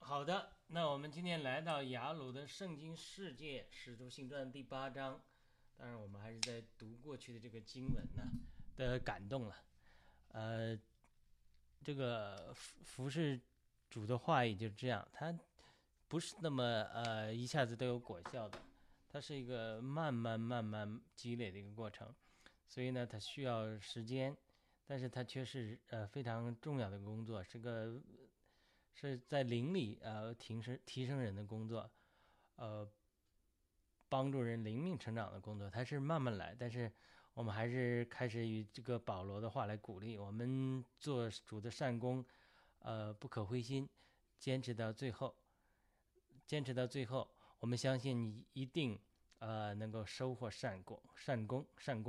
好的，那我们今天来到雅鲁的圣经世界使徒行传第8章，当然我们还是在读过去的这个经文呢的感动了。这个服侍主的话语就是这样，它不是那么一下子都有果效的，它是一个慢慢积累的一个过程，所以呢它需要时间，但是它却是非常重要的工作，是在灵里提升人的工作，帮助人灵命成长的工作，它是慢慢来，但是我们还是开始以这个保罗的话来鼓励我们做主的善功，不可灰心，坚持到最后，我们相信你一定能够收获善功。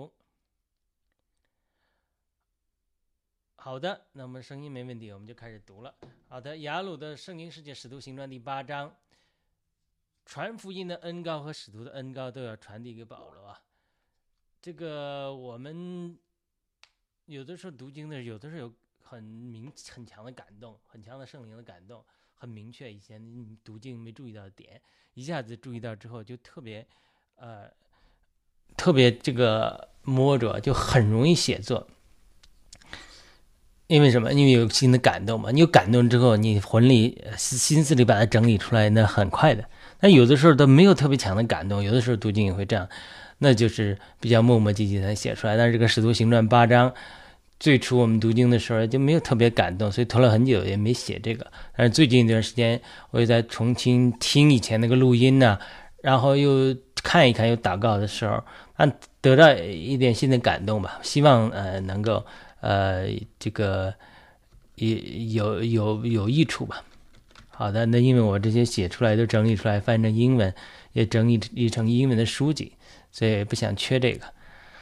好的，那我们声音没问题，我们就开始读了。好的，雅鲁的圣经世界使徒行传第8章，传福音的恩膏和使徒的恩膏都要传递给保罗啊。这个我们有的时候读经的，有的时候有很强的感动，很强的圣灵的感动，很明确，以前你读经没注意到的点，一下子注意到之后就特别这个摸着，就很容易写作。因为什么？因为有新的感动嘛。你有感动之后，你魂里心思里把它整理出来，那很快的。但有的时候都没有特别强的感动，有的时候读经也会这样，那就是比较磨磨唧唧才写出来。但是这个使徒行传8章，最初我们读经的时候就没有特别感动，所以拖了很久也没写这个。但是最近一段时间，我又在重新听以前那个录音呢，然后又看一看，又祷告的时候，得到一点新的感动吧。希望能够。这个有益处吧。好的，那因为我这些写出来都整理出来，翻成英文，也整理成英文的书籍，所以不想缺这个。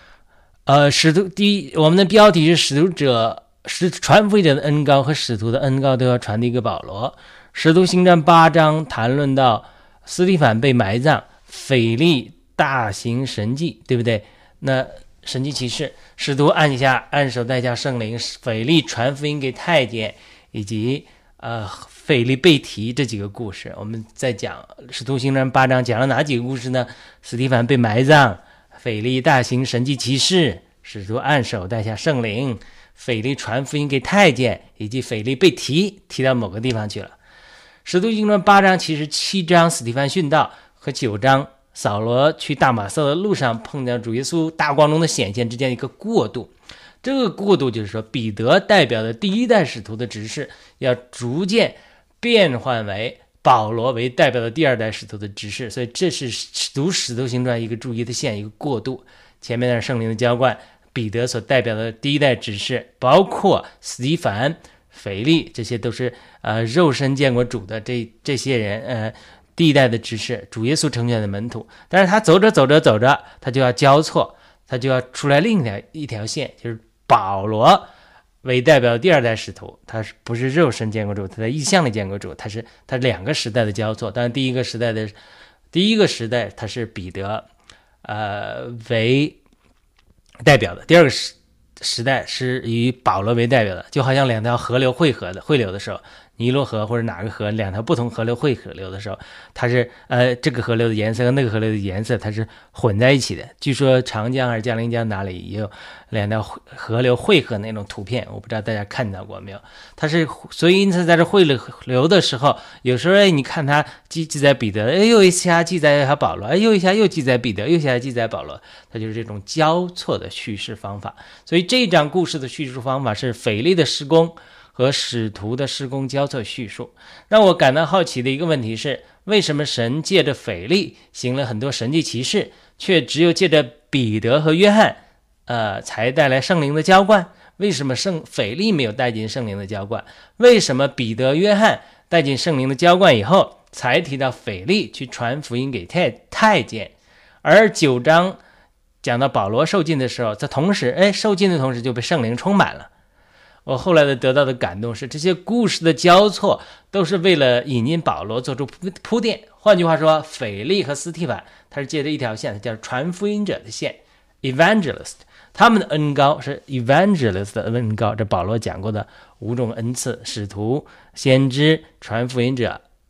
我们的标题是传福音者的恩膏和使徒的恩膏都要传递给保罗。使徒行传8章谈论到司提反被埋葬，腓力大行神迹，对不对？那神迹奇事，使徒按手带下圣灵，腓力传福音给太监，以及腓力被提这几个故事。我们在讲使徒行传8章讲了哪几个故事呢？司提反被埋葬，腓力大行神迹奇事，使徒按手带下圣灵，腓力传福音给太监，以及腓力被提到某个地方去了。使徒行传8章其实7章司提反殉道和9章扫罗去大马色的路上碰见主耶稣大光中的显现之间的一个过渡，这个过渡就是说，彼得代表的第一代使徒的职事要逐渐变换为保罗为代表的第二代使徒的职事，所以这是读使徒行传一个注意的线，一个过渡。前面的圣灵的浇灌，彼得所代表的第一代职事，包括司提反、腓力，这些都是肉身见过主的这些人，第一代的执事，主耶稣成全的门徒。但是他走着，他就要交错，他就要出来另一条线，就是保罗为代表的第二代使徒，他不是肉身见过主，他在异象里见过主，他两个时代的交错。当然第一个时代他是彼得为代表的，第二个时代是以保罗为代表的，就好像两条河流汇流的时候，尼罗河或者哪个河，两条不同河流汇流的时候，它是这个河流的颜色和那个河流的颜色它是混在一起的。据说长江还是江陵江哪里也有两条河流汇合那种图片，我不知道大家看到过没有。所以因此在这汇流的时候，有时候你看它记载彼得，又一下记载保罗，又一下又记载彼得，又一下记载保罗，它就是这种交错的叙事方法。所以这一章故事的叙述方法是腓力的施工和使徒的施工交错叙述。让我感到好奇的一个问题是，为什么神借着腓力行了很多神迹奇事，却只有借着彼得和约翰才带来圣灵的浇灌？为什么腓力没有带进圣灵的浇灌？为什么彼得、约翰带进圣灵的浇灌以后，才提到腓力去传福音给太监？而9章讲到保罗受浸的时候，在受浸的同时就被圣灵充满了。我后来得到的感动是，这些故事的交错都是为了引进保罗做出铺垫。换句话说，腓力和司提反他是借着一条线，叫传福音者的线 evangelist， 他们的恩膏是 evangelist 的恩膏。这保罗讲过的5种恩赐：使徒、先知、传福音者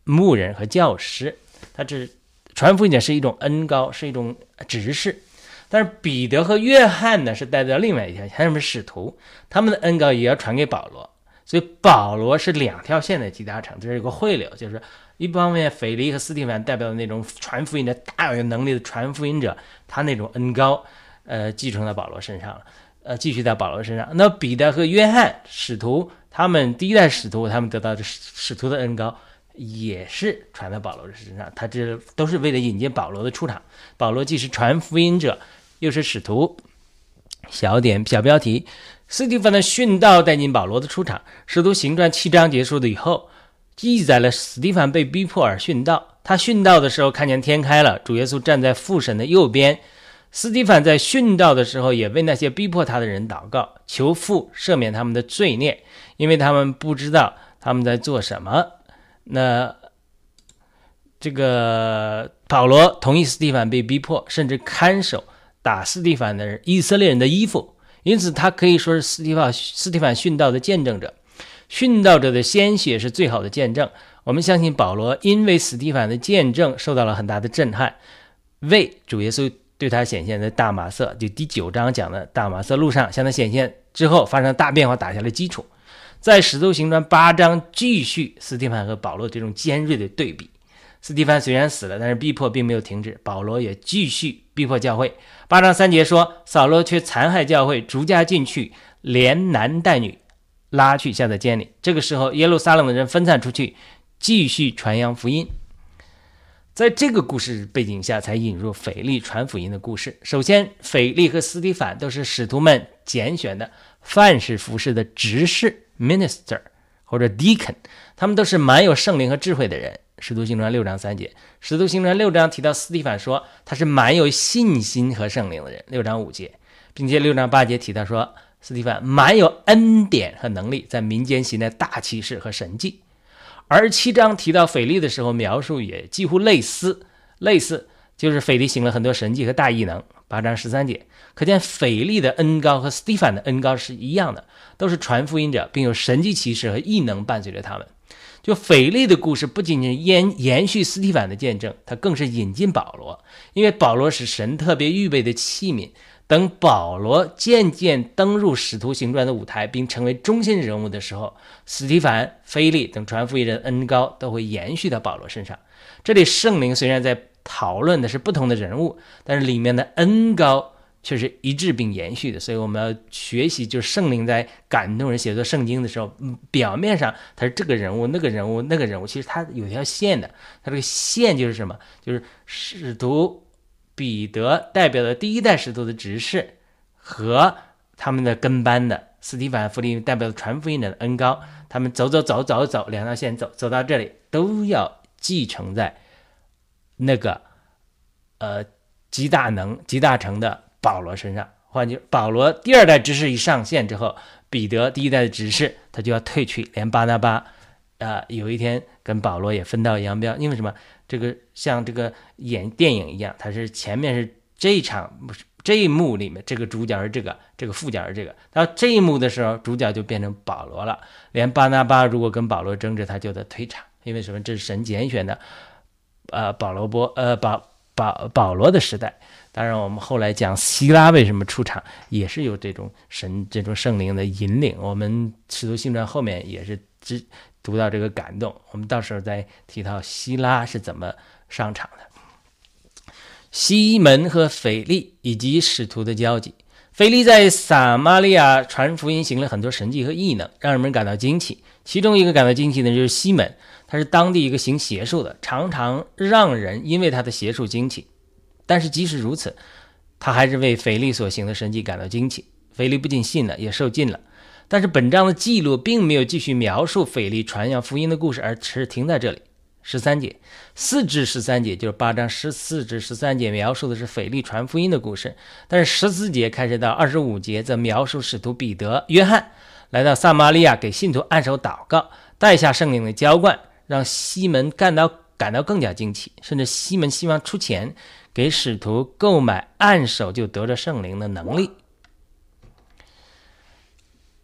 牧人和教师。他这传福音者是一种恩膏，是一种指示。但是彼得和约翰呢，是代表另外一条，他们是使徒，他们的恩膏也要传给保罗。所以保罗是两条线的集大成，这是一个汇流，就是一方面腓力和斯蒂凡代表的那种传福音的大有能力的传福音者，他那种恩膏继承到保罗身上了，继续在保罗身上。那彼得和约翰使徒，他们第一代使徒，他们得到的使徒的恩膏也是传到保罗的身上，他这都是为了引荐保罗的出场。保罗既是传福音者，又是使徒。小标题，斯蒂凡的殉道带进保罗的出场。使徒行传7章结束了以后，记载了斯蒂凡被逼迫而殉道。他殉道的时候看见天开了，主耶稣站在父神的右边。斯蒂凡在殉道的时候也为那些逼迫他的人祷告，求父赦免他们的罪孽，因为他们不知道他们在做什么。那这个保罗同意斯蒂凡被逼迫，甚至看守打斯蒂凡的以色列人的衣服，因此他可以说是斯蒂凡殉道的见证者。殉道者的鲜血是最好的见证。我们相信保罗因为斯蒂凡的见证受到了很大的震撼，为主耶稣对他显现在大马色，就第9章讲的大马色路上向他显现之后发生大变化打下了基础。在使徒行传8章继续斯蒂凡和保罗这种尖锐的对比。斯蒂凡虽然死了，但是逼迫并没有停止，保罗也继续逼迫教会。8章3节说，扫罗却残害教会，逐家进去，连男带女拉去下在监里。这个时候耶路撒冷的人分散出去，继续传扬福音。在这个故事背景下才引入腓力传福音的故事。首先，腓力和斯蒂凡都是使徒们拣选的范式服侍的执事 minister 或者 deacon， 他们都是满有圣灵和智慧的人。使徒行传6章3节，使徒行传6章提到斯蒂凡说他是满有信心和圣灵的人，6章5节，并且6章8节提到说斯蒂凡满有恩典和能力，在民间行的大奇事和神迹。而7章提到腓力的时候，描述也几乎类似，就是腓力行了很多神迹和大异能。8章13节，可见腓力的恩膏和斯蒂凡的恩膏是一样的，都是传福音者，并有神迹奇事和异能伴随着他们。就腓力的故事不仅仅延续斯蒂凡的见证，他更是引进保罗，因为保罗是神特别预备的器皿。等保罗渐渐登入使徒行传的舞台，并成为中心人物的时候，斯蒂凡、腓力等传福音人的恩膏都会延续到保罗身上。这里圣灵虽然在讨论的是不同的人物，但是里面的恩膏却是一致并延续的。所以我们要学习，就是圣灵在感动人写作圣经的时候，表面上他是这个人物那个人物那个人物，其实他有条线的。他这个线就是什么？就是使徒彼得代表的第一代使徒的执事和他们的跟班的斯蒂凡、腓力代表的传福音的恩膏，他们走两条线走到这里，都要继承在那个集大成的保罗身上。换句，保罗第二代执事一上线之后，彼得第一代的执事他就要退去，连巴拿巴有一天跟保罗也分道扬镳。因为什么？这个像这个演电影一样，它是前面是这一幕里面这个主角是这个副角是这个，到这一幕的时候主角就变成保罗了。连巴拿巴如果跟保罗争执，他就得退场。因为什么？这是神拣选的保罗的时代。当然我们后来讲希拉为什么出场，也是有这种圣灵的引领。我们使徒行传后面也是读到这个感动，我们到时候再提到希拉是怎么上场的。西门和腓力以及使徒的交集。腓力在撒玛利亚传福音，行了很多神迹和异能，让人们感到惊奇。其中一个感到惊奇的就是西门，他是当地一个行邪术的，常常让人因为他的邪术惊奇。但是即使如此，他还是为腓力所行的神迹感到惊奇。腓力不仅信了，也受浸了。但是本章的记录并没有继续描述腓力传扬福音的故事，而是停在这里。13节4至13节，就是8章14至13节描述的是腓力传福音的故事，但是14节开始到25节则描述使徒彼得、约翰来到撒玛利亚给信徒按手祷告，带下圣灵的浇灌，让西门感到更加惊奇，甚至西门希望出钱给使徒购买按手就得着圣灵的能力。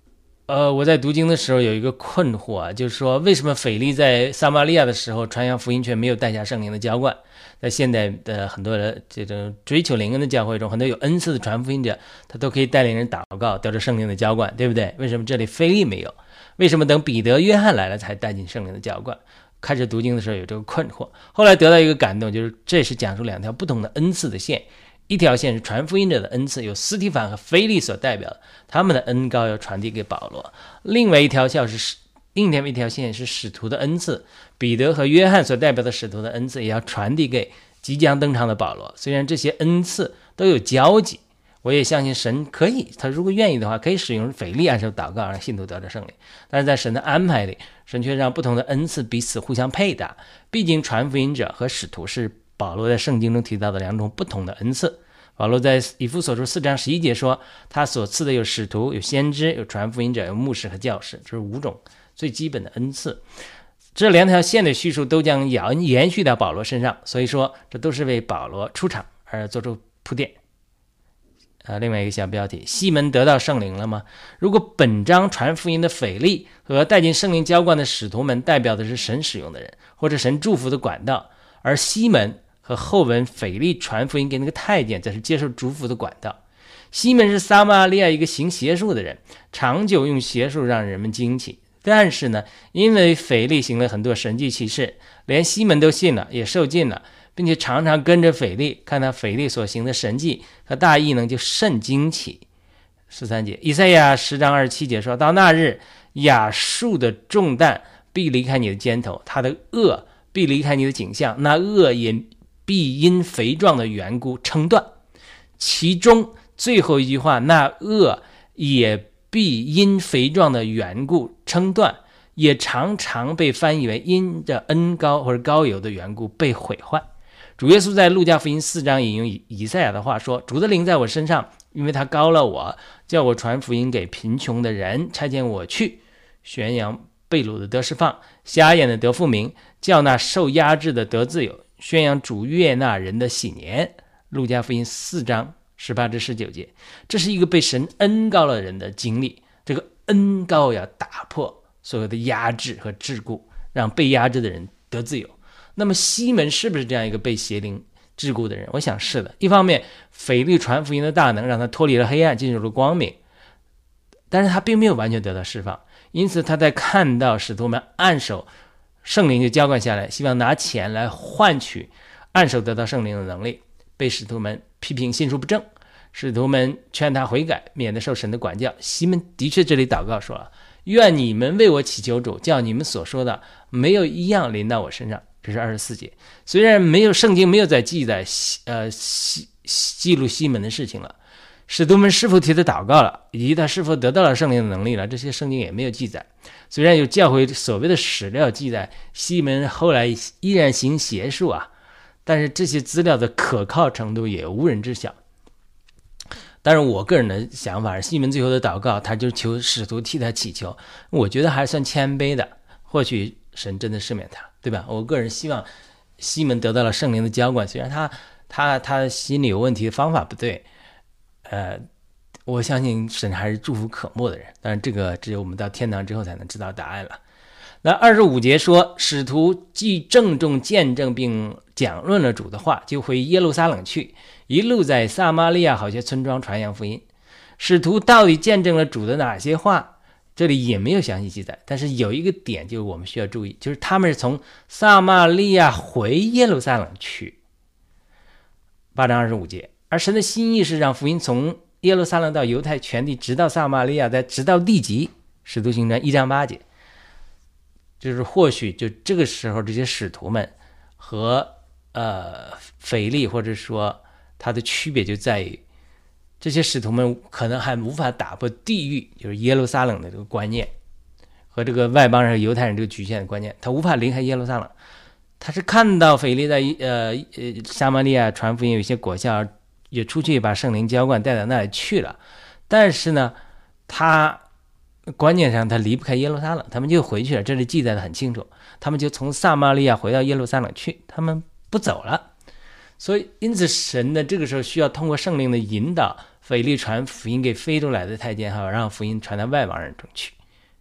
我在读经的时候有一个困惑啊，就是说为什么腓力在撒玛利亚的时候传扬福音却没有带下圣灵的浇灌？在现代的很多的这种追求灵恩的教会中，很多有恩赐的传福音者，他都可以带领人祷告，得着圣灵的浇灌，对不对？为什么这里腓力没有？为什么等彼得、约翰来了才带进圣灵的浇灌？开始读经的时候有这个困惑，后来得到一个感动，就是这是讲述两条不同的恩赐的线。一条线是传福音者的恩赐，由司提反和腓力所代表的，他们的恩膏要传递给保罗；另外一条线是使徒的恩赐，彼得和约翰所代表的使徒的恩赐也要传递给即将登场的保罗。虽然这些恩赐都有交集，我也相信神可以，他如果愿意的话，可以使用腓力按手祷告，让信徒得着圣灵。但是在神的安排里，神却让不同的恩赐彼此互相配搭。毕竟传福音者和使徒是保罗在圣经中提到的两种不同的恩赐。保罗在以弗所书4章11节说，他所赐的有使徒、有先知、有传福音者、有牧师和教士，这是5种最基本的恩赐。这两条线的叙述都将延续到保罗身上，所以说这都是为保罗出场而做出铺垫。另外一个小标题，西门得到圣灵了吗？如果本章传福音的腓力和带进圣灵浇灌的使徒们代表的是神使用的人，或者神祝福的管道，而西门和后文腓力传福音给那个太监则是接受祝福的管道。西门是撒玛利亚一个行邪术的人，长久用邪术让人们惊奇，但是呢，因为腓力行了很多神迹奇事，连西门都信了，也受尽了，并且常常跟着腓力，看到腓力所行的神迹和大异能，就甚惊奇。13节，以赛亚10章27节说，到那日，亚述的重担必离开你的肩头，他的轭必离开你的颈项，那轭也必因肥壮的缘故撑断。其中最后一句话，那轭也必因肥壮的缘故撑断，也常常被翻译为因着恩膏或者膏油的缘故被毁坏。主耶稣在路加福音4章引用以赛亚的话说，主的灵在我身上，因为他膏了我，叫我传福音给贫穷的人，差遣我去宣扬被掳的得释放，瞎眼的得复明，叫那受压制的得自由，宣扬主悦纳人的喜年。路加福音4章18至19节，这是一个被神恩膏了人的经历。这个恩膏要打破所有的压制和桎梏，让被压制的人得自由。那么西门是不是这样一个被邪灵桎梏的人？我想是的。一方面，腓力传福音的大能让他脱离了黑暗，进入了光明，但是他并没有完全得到释放。因此他在看到使徒们按手，圣灵就浇灌下来，希望拿钱来换取按手得到圣灵的能力，被使徒们批评信术不正，使徒们劝他悔改，免得受神的管教。西门的确这里祷告说了，愿你们为我祈求主，叫你们所说的没有一样临到我身上。这是24节。虽然圣经没有再记载记录西门的事情了，使徒们是否替他祷告了，以及他是否得到了圣灵的能力了，这些圣经也没有记载。虽然有教会所谓的史料记载西门后来依然行邪术啊，但是这些资料的可靠程度也无人知晓。当然我个人的想法是，西门最后的祷告他就求使徒替他祈求，我觉得还算谦卑的，或许神真的赦免他，对吧？我个人希望西门得到了圣灵的浇灌，虽然他心里有问题，方法不对，我相信神还是祝福渴慕的人，但是这个只有我们到天堂之后才能知道答案了。那25节说，使徒既郑重见证并讲论了主的话，就回耶路撒冷去，一路在撒玛利亚好些村庄传扬福音。使徒到底见证了主的哪些话，这里也没有详细记载，但是有一个点就是我们需要注意，就是他们是从撒玛利亚回耶路撒冷去。8章25节，而神的心意是让福音从耶路撒冷到犹太全地，直到撒玛利亚，再直到地极。使徒行传1章8节，就是或许就这个时候，这些使徒们和腓力或者说他的区别就在于，这些使徒们可能还无法打破地域，就是耶路撒冷的这个观念和这个外邦人和犹太人这个局限的观念，他无法离开耶路撒冷。他是看到腓力在撒玛利亚传福音有一些果效，也出去把圣灵浇灌带到那里去了，但是呢，他观念上他离不开耶路撒冷，他们就回去了，这里记载的很清楚，他们就从撒玛利亚回到耶路撒冷去，他们不走了。所以因此神呢，这个时候需要通过圣灵的引导，腓力传福音给非洲来的太监，好让福音传到外邦人中去。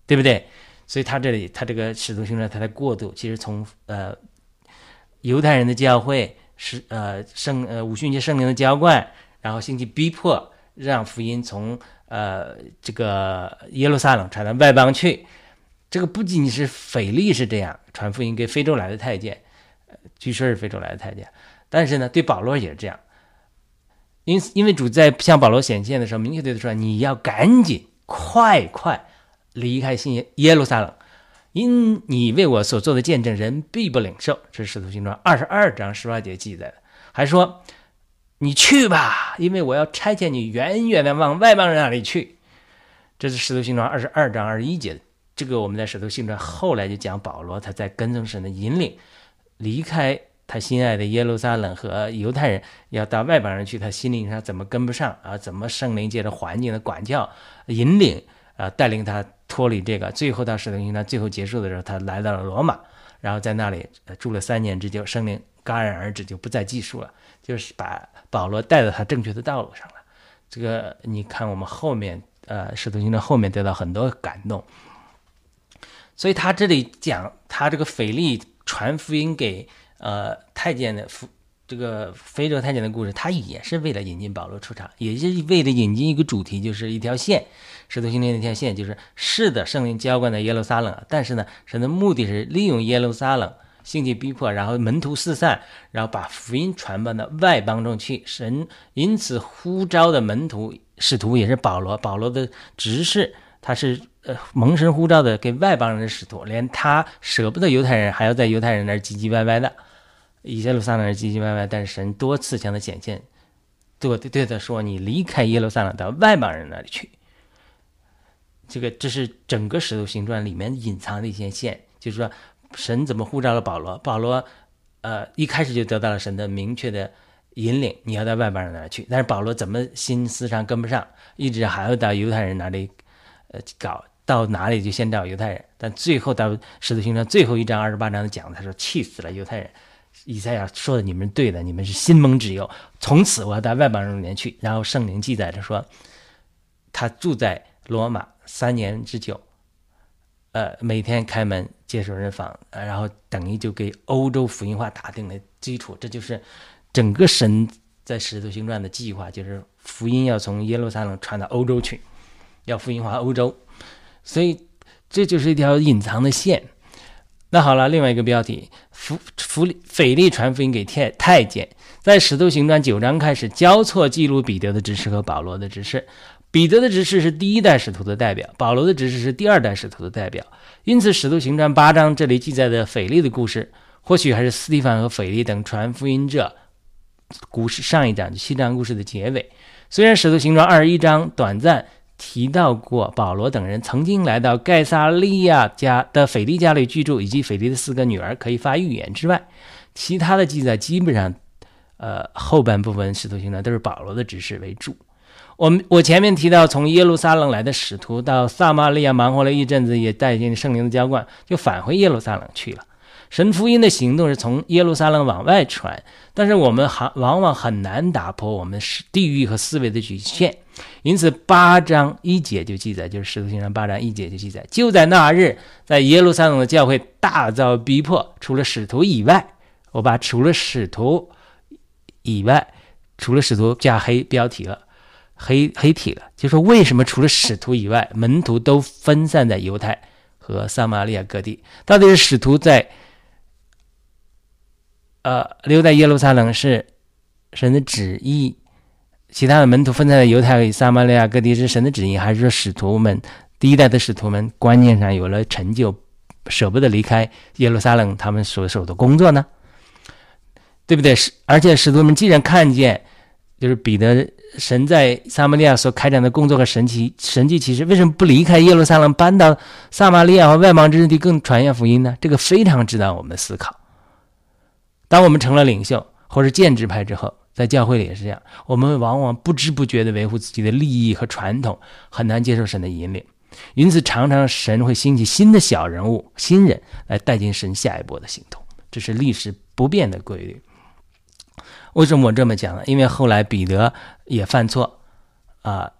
对不对？所以他这里他这个使徒行传他的过渡，其实从犹太人的教会五旬节圣灵的浇灌，然后兴起逼迫，让福音从这个耶路撒冷传到外邦去。这个不仅仅是腓力是这样传福音给非洲来的太监，据说是非洲来的太监，但是呢，对保罗也是这样。因为主在向保罗显现的时候，明确对他说：“你要赶紧快离开耶路撒冷，因你为我所做的见证，人必不领受。”这是使徒行传22章18节记载的。还说：“你去吧，因为我要差遣你远远的往外邦人那里去。”这是使徒行传22章21节的。这个我们在使徒行传后来就讲保罗他在跟从神的引领，离开他心爱的耶路撒冷和犹太人，要到外邦人去，他心灵上怎么跟不上啊？怎么圣灵借着环境的管教引领带领他脱离这个，最后到使徒行传最后结束的时候，他来到了罗马，然后在那里住了3年之久，圣灵戛然而止，就不再记述了，就是把保罗带到他正确的道路上了。这个你看我们后面使徒行传后面得到很多感动。所以他这里讲他这个腓力传福音给太监的这个非洲太监的故事，他也是为了引进保罗出场，也是为了引进一个主题，就是一条线，使徒行传的一条线，就是是的，圣灵浇灌在耶路撒冷，但是呢，神的目的是利用耶路撒冷兴起逼迫，然后门徒四散，然后把福音传播到外邦中去。神因此呼召的门徒使徒也是保罗，保罗的执事他是蒙神呼召的给外邦人的使徒，连他舍不得犹太人，还要在犹太人那儿唧唧歪歪的，以耶路撒冷那儿唧唧歪歪，但是神多次向他显现，对他说：“你离开耶路撒冷到外邦人那里去。”这是整个使徒行传里面隐藏的一些线，就是说神怎么呼召了保罗，保罗一开始就得到了神的明确的引领，你要到外邦人那里去，但是保罗怎么心思上跟不上，一直还要到犹太人那里搞，到哪里就先找犹太人，但最后到使徒行传最后1章28章讲，他说气死了犹太人，以赛亚说的你们对的，你们是心蒙脂油，从此我要到外邦人里面去。然后圣灵记载着说他住在罗马3年之久，每天开门接受人访，然后等于就给欧洲福音化打定了基础。这就是整个神在使徒行传的计划，就是福音要从耶路撒冷传到欧洲去，要福音化欧洲，所以这就是一条隐藏的线。那好了，另外一个标题，腓力传福音给太监，在使徒行传9章开始交错记录彼得的执事和保罗的执事。彼得的执事是第1代使徒的代表，保罗的执事是第2代使徒的代表。因此使徒行传8章这里记载的腓力的故事，或许还是斯蒂凡和腓力等传福音者故事上一章7章故事的结尾。虽然使徒行传21章短暂提到过保罗等人曾经来到盖撒利亚家的腓力家里居住，以及腓力的4个女儿可以发预言之外，其他的记载基本上后半部分使徒行传都是保罗的指示为主。我前面提到从耶路撒冷来的使徒到撒玛利亚忙活了一阵子，也带进圣灵的浇灌，就返回耶路撒冷去了。神福音的行动是从耶路撒冷往外传，但是我们往往很难打破我们地域和思维的局限。因此8章1节就记载，就是使徒行传8章1节就记载，就在那日，在耶路撒冷的教会大遭逼迫，除了使徒以外，我把除了使徒以外，除了使徒加黑标题了，黑体了，就说为什么除了使徒以外，门徒都分散在犹太和撒玛利亚各地？到底是使徒在留在耶路撒冷是神的旨意，其他的门徒分散在犹太和撒玛利亚各地是神的旨意，还是说使徒们第1代的使徒们观念上有了成就，舍不得离开耶路撒冷他们所守的工作呢？对不对？而且使徒们既然看见就是彼得神在撒玛利亚所开展的工作和神迹奇事，为什么不离开耶路撒冷搬到撒玛利亚和外邦之地更传扬福音呢？这个非常值得我们思考。当我们成了领袖或者建制派之后，在教会里也是这样，我们往往不知不觉地维护自己的利益和传统，很难接受神的引领。因此常常神会兴起新的小人物新人来带进神下一步的行动，这是历史不变的规律。为什么我这么讲呢？因为后来彼得也犯错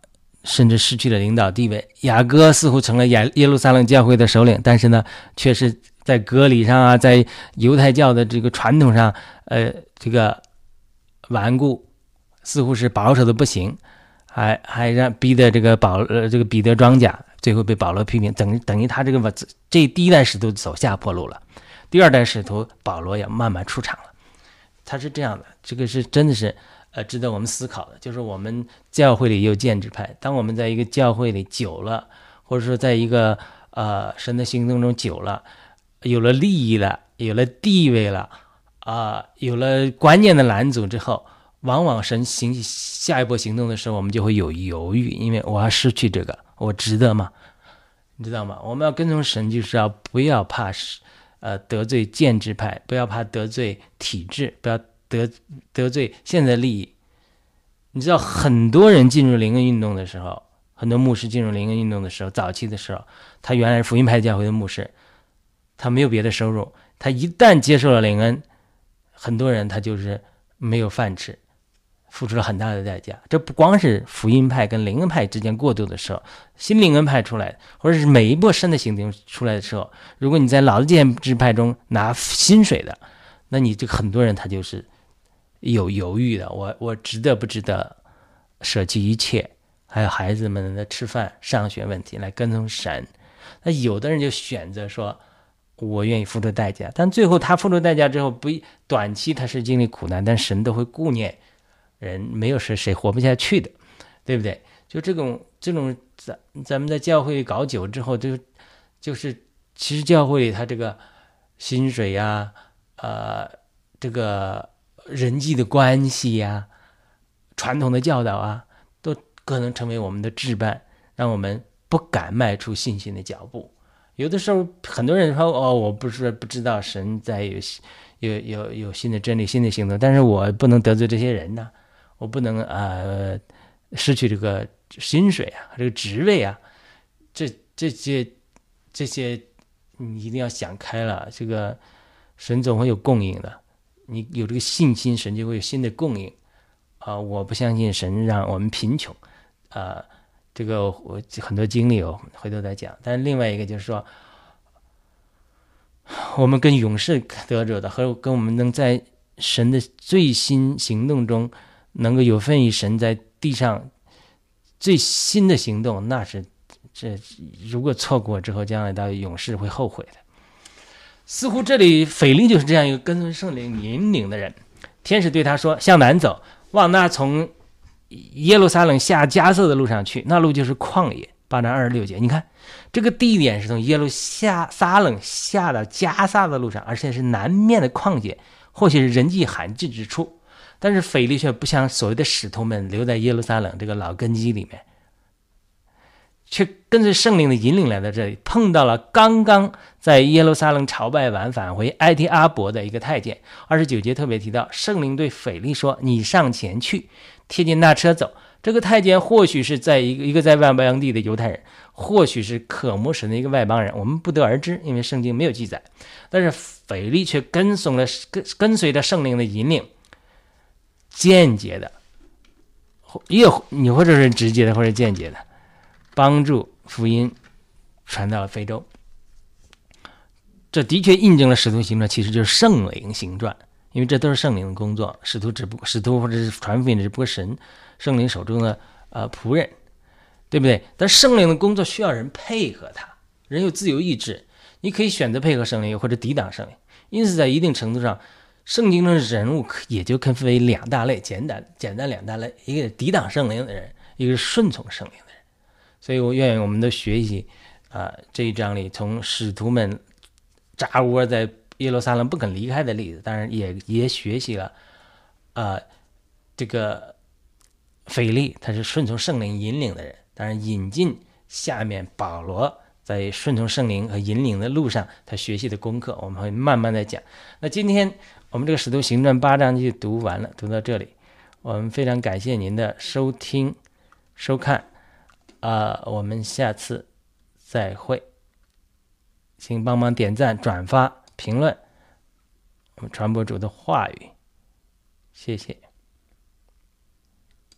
甚至失去了领导地位。雅各似乎成了耶路撒冷教会的首领，但是呢，却是在割礼上啊，在犹太教的这个传统上，这个顽固，似乎是保守的不行，还让逼的这个彼得装甲，最后被保罗批评，等于他这第一代使徒走下坡路了，第二代使徒保罗也慢慢出场了。他是这样的，这个是真的是值得我们思考的，就是我们教会里有建制派，当我们在一个教会里久了，或者说在一个神的行动中久了，有了利益了，有了地位了，有了观念的拦阻之后，往往神行下一步行动的时候，我们就会有犹豫，因为我要失去这个，我值得吗？你知道吗？我们要跟从神，就是要不要怕得罪建制派，不要怕得罪体制，不要得罪现在的利益。你知道很多人进入灵恩运动的时候，很多牧师进入灵恩运动的时候，早期的时候，他原来是福音派教会的牧师，他没有别的收入，他一旦接受了灵恩，很多人他就是没有饭吃，付出了很大的代价。这不光是福音派跟灵恩派之间过渡的时候，新灵恩派出来，或者是每一波新的行动出来的时候，如果你在老的建制派中拿薪水的，那你这个很多人他就是有犹豫的，我值得不值得舍弃一切，还有孩子们的吃饭上学问题来跟从神。那有的人就选择说我愿意付出代价，但最后他付出代价之后，短期他是经历苦难，但神都会顾念人，没有谁活不下去的，对不对？就这种咱们在教会里搞久之后，就是其实教会里他这个薪水啊，这个人际的关系呀，传统的教导啊，都可能成为我们的羁绊，让我们不敢迈出信心的脚步。有的时候很多人说我不知道神在有新的真理新的行动，但是我不能得罪这些人呢，我不能失去这个薪水啊，这个职位啊，这些你一定要想开了，这个神总会有供应的，你有这个信心，神就会有新的供应我不相信神让我们贫穷这个我很多经历我回头再讲。但是另外一个就是说，我们跟勇士得着的和跟我们能在神的最新行动中能够有份于神在地上最新的行动，那是如果错过之后，将来到勇士会后悔的。似乎这里腓力就是这样一个跟随圣灵引领的人。天使对他说，向南走，往那从耶路撒冷下迦瑟的路上去，那路就是旷野。8章26节，你看这个地点是从耶路撒冷下到迦撒的路上，而且是南面的旷野，或许是人迹罕至之处。但是腓力却不像所谓的使徒们留在耶路撒冷这个老根基里面，却跟随圣灵的引领来到这里，碰到了刚刚在耶路撒冷朝拜完返回埃提阿伯的一个太监。29节特别提到，圣灵对腓力说，你上前去，贴近那车走。这个太监或许是在一个在外邦地的犹太人，或许是渴慕神的一个外邦人，我们不得而知，因为圣经没有记载。但是腓力却跟随着圣灵的引领，间接的，你或者是直接的，或者间接的，帮助福音传到了非洲。这的确印证了使徒行传其实就是圣灵行传，因为这都是圣灵的工作，使徒或者是传福音只不过圣灵手中的仆人，对不对？但圣灵的工作需要人配合他，人有自由意志，你可以选择配合圣灵或者抵挡圣灵。因此在一定程度上，圣经中的人物也就可分为两大类，简单两大类，一个是抵挡圣灵的人，一个是顺从圣灵的人。所以我愿意我们都学习这一章里从使徒们扎窝在耶路撒冷不肯离开的例子，当然也学习了这个腓力他是顺从圣灵引领的人，当然引进下面保罗在顺从圣灵和引领的路上他学习的功课，我们会慢慢的讲。那今天我们这个使徒行传8章就读完了，读到这里，我们非常感谢您的收听收看我们下次再会，请帮忙点赞转发评论我们传播主的话语，谢谢。